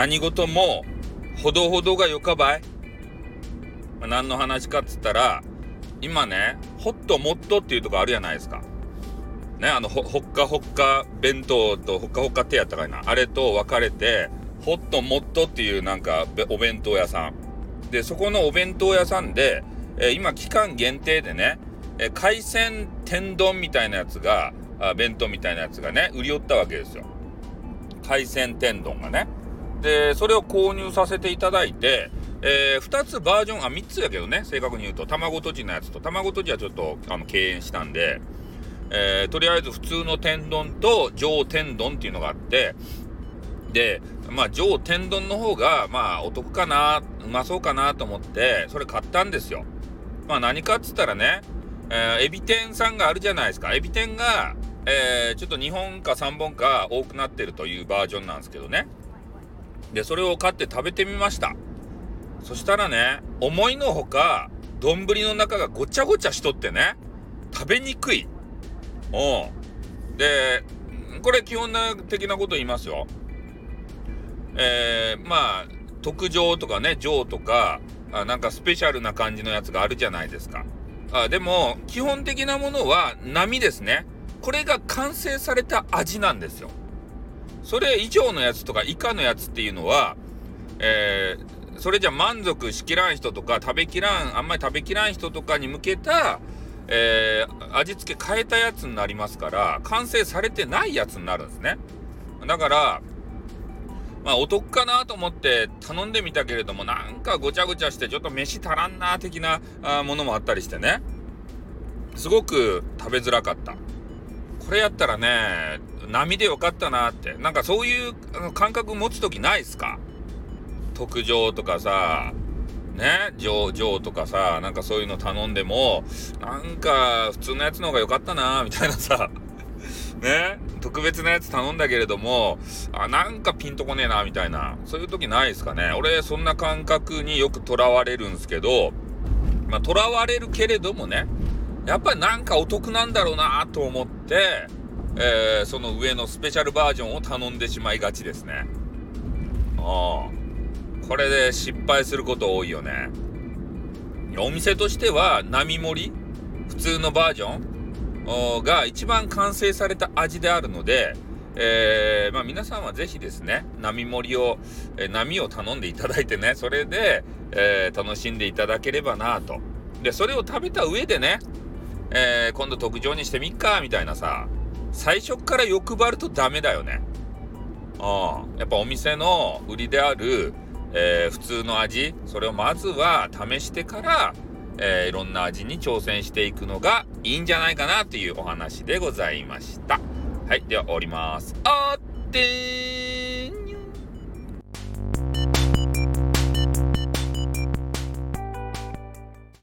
何事もほどほどがよかばい。何の話かっつったら、今ね、ホットモットっていうとこあるじゃないですか。ね、ほっかほっか弁当とほっかほっか手やったかいな。あれと分かれて、ホットモットっていうなんかお弁当屋さん。で、そこのお弁当屋さんで、今期間限定でね、海鮮天丼みたいなやつが、弁当みたいなやつがね、売り寄ったわけですよ。海鮮天丼がね。で、それを購入させていただいて、2つバージョン、3つやけどね、正確に言うと、卵とじのやつと、敬遠はちょっと敬遠したんで、とりあえず普通の天丼と上天丼っていうのがあって、で、上天丼の方が、お得かな、うまそうかなと思って、それ買ったんですよ。何かっつったらね、エビ天さんがあるじゃないですか。エビ天が、ちょっと2本か3本か多くなってるというバージョンなんですけどね。で、それを買って食べてみました。そしたらね、思いのほか、丼の中がごちゃごちゃしとってね、食べにくい。で、これ基本的なこと言いますよ。特上とかね、上とか、なんかスペシャルな感じのやつがあるじゃないですか。でも、基本的なものは並ですね。これが完成された味なんですよ。それ以上のやつとか以下のやつっていうのは、それじゃ満足しきらん人とかあんまり食べきらん人とかに向けた、味付け変えたやつになりますから、完成されてないやつになるんですね。だから、お得かなと思って頼んでみたけれども、なんかごちゃごちゃしてちょっと飯足らんな的なものもあったりしてね、すごく食べづらかった。これやったらね、並でよかったなって、なんかそういう感覚持つときないっすか？特上とかさ、ね、上とかさ、なんかそういうの頼んでも、なんか普通のやつの方が良かったなみたいなさね、特別なやつ頼んだけれども、なんかピンとこねえなみたいな、そういう時ないですかね。俺そんな感覚によくとらわれるんですけど、とらわれるけれどもね、やっぱりなんかお得なんだろうなと思って、その上のスペシャルバージョンを頼んでしまいがちですね。これで失敗すること多いよね。お店としては並盛り、普通のバージョンが一番完成された味であるので、皆さんはぜひですね、並盛りを、並を頼んでいただいてね、それで、楽しんでいただければなと。で、それを食べた上でね、今度特上にしてみっかみたいなさ、最初から欲張るとダメだよね。やっぱお店の売りである、普通の味、それをまずは試してから、いろんな味に挑戦していくのがいいんじゃないかなというお話でございました。はい、では終わります。あってー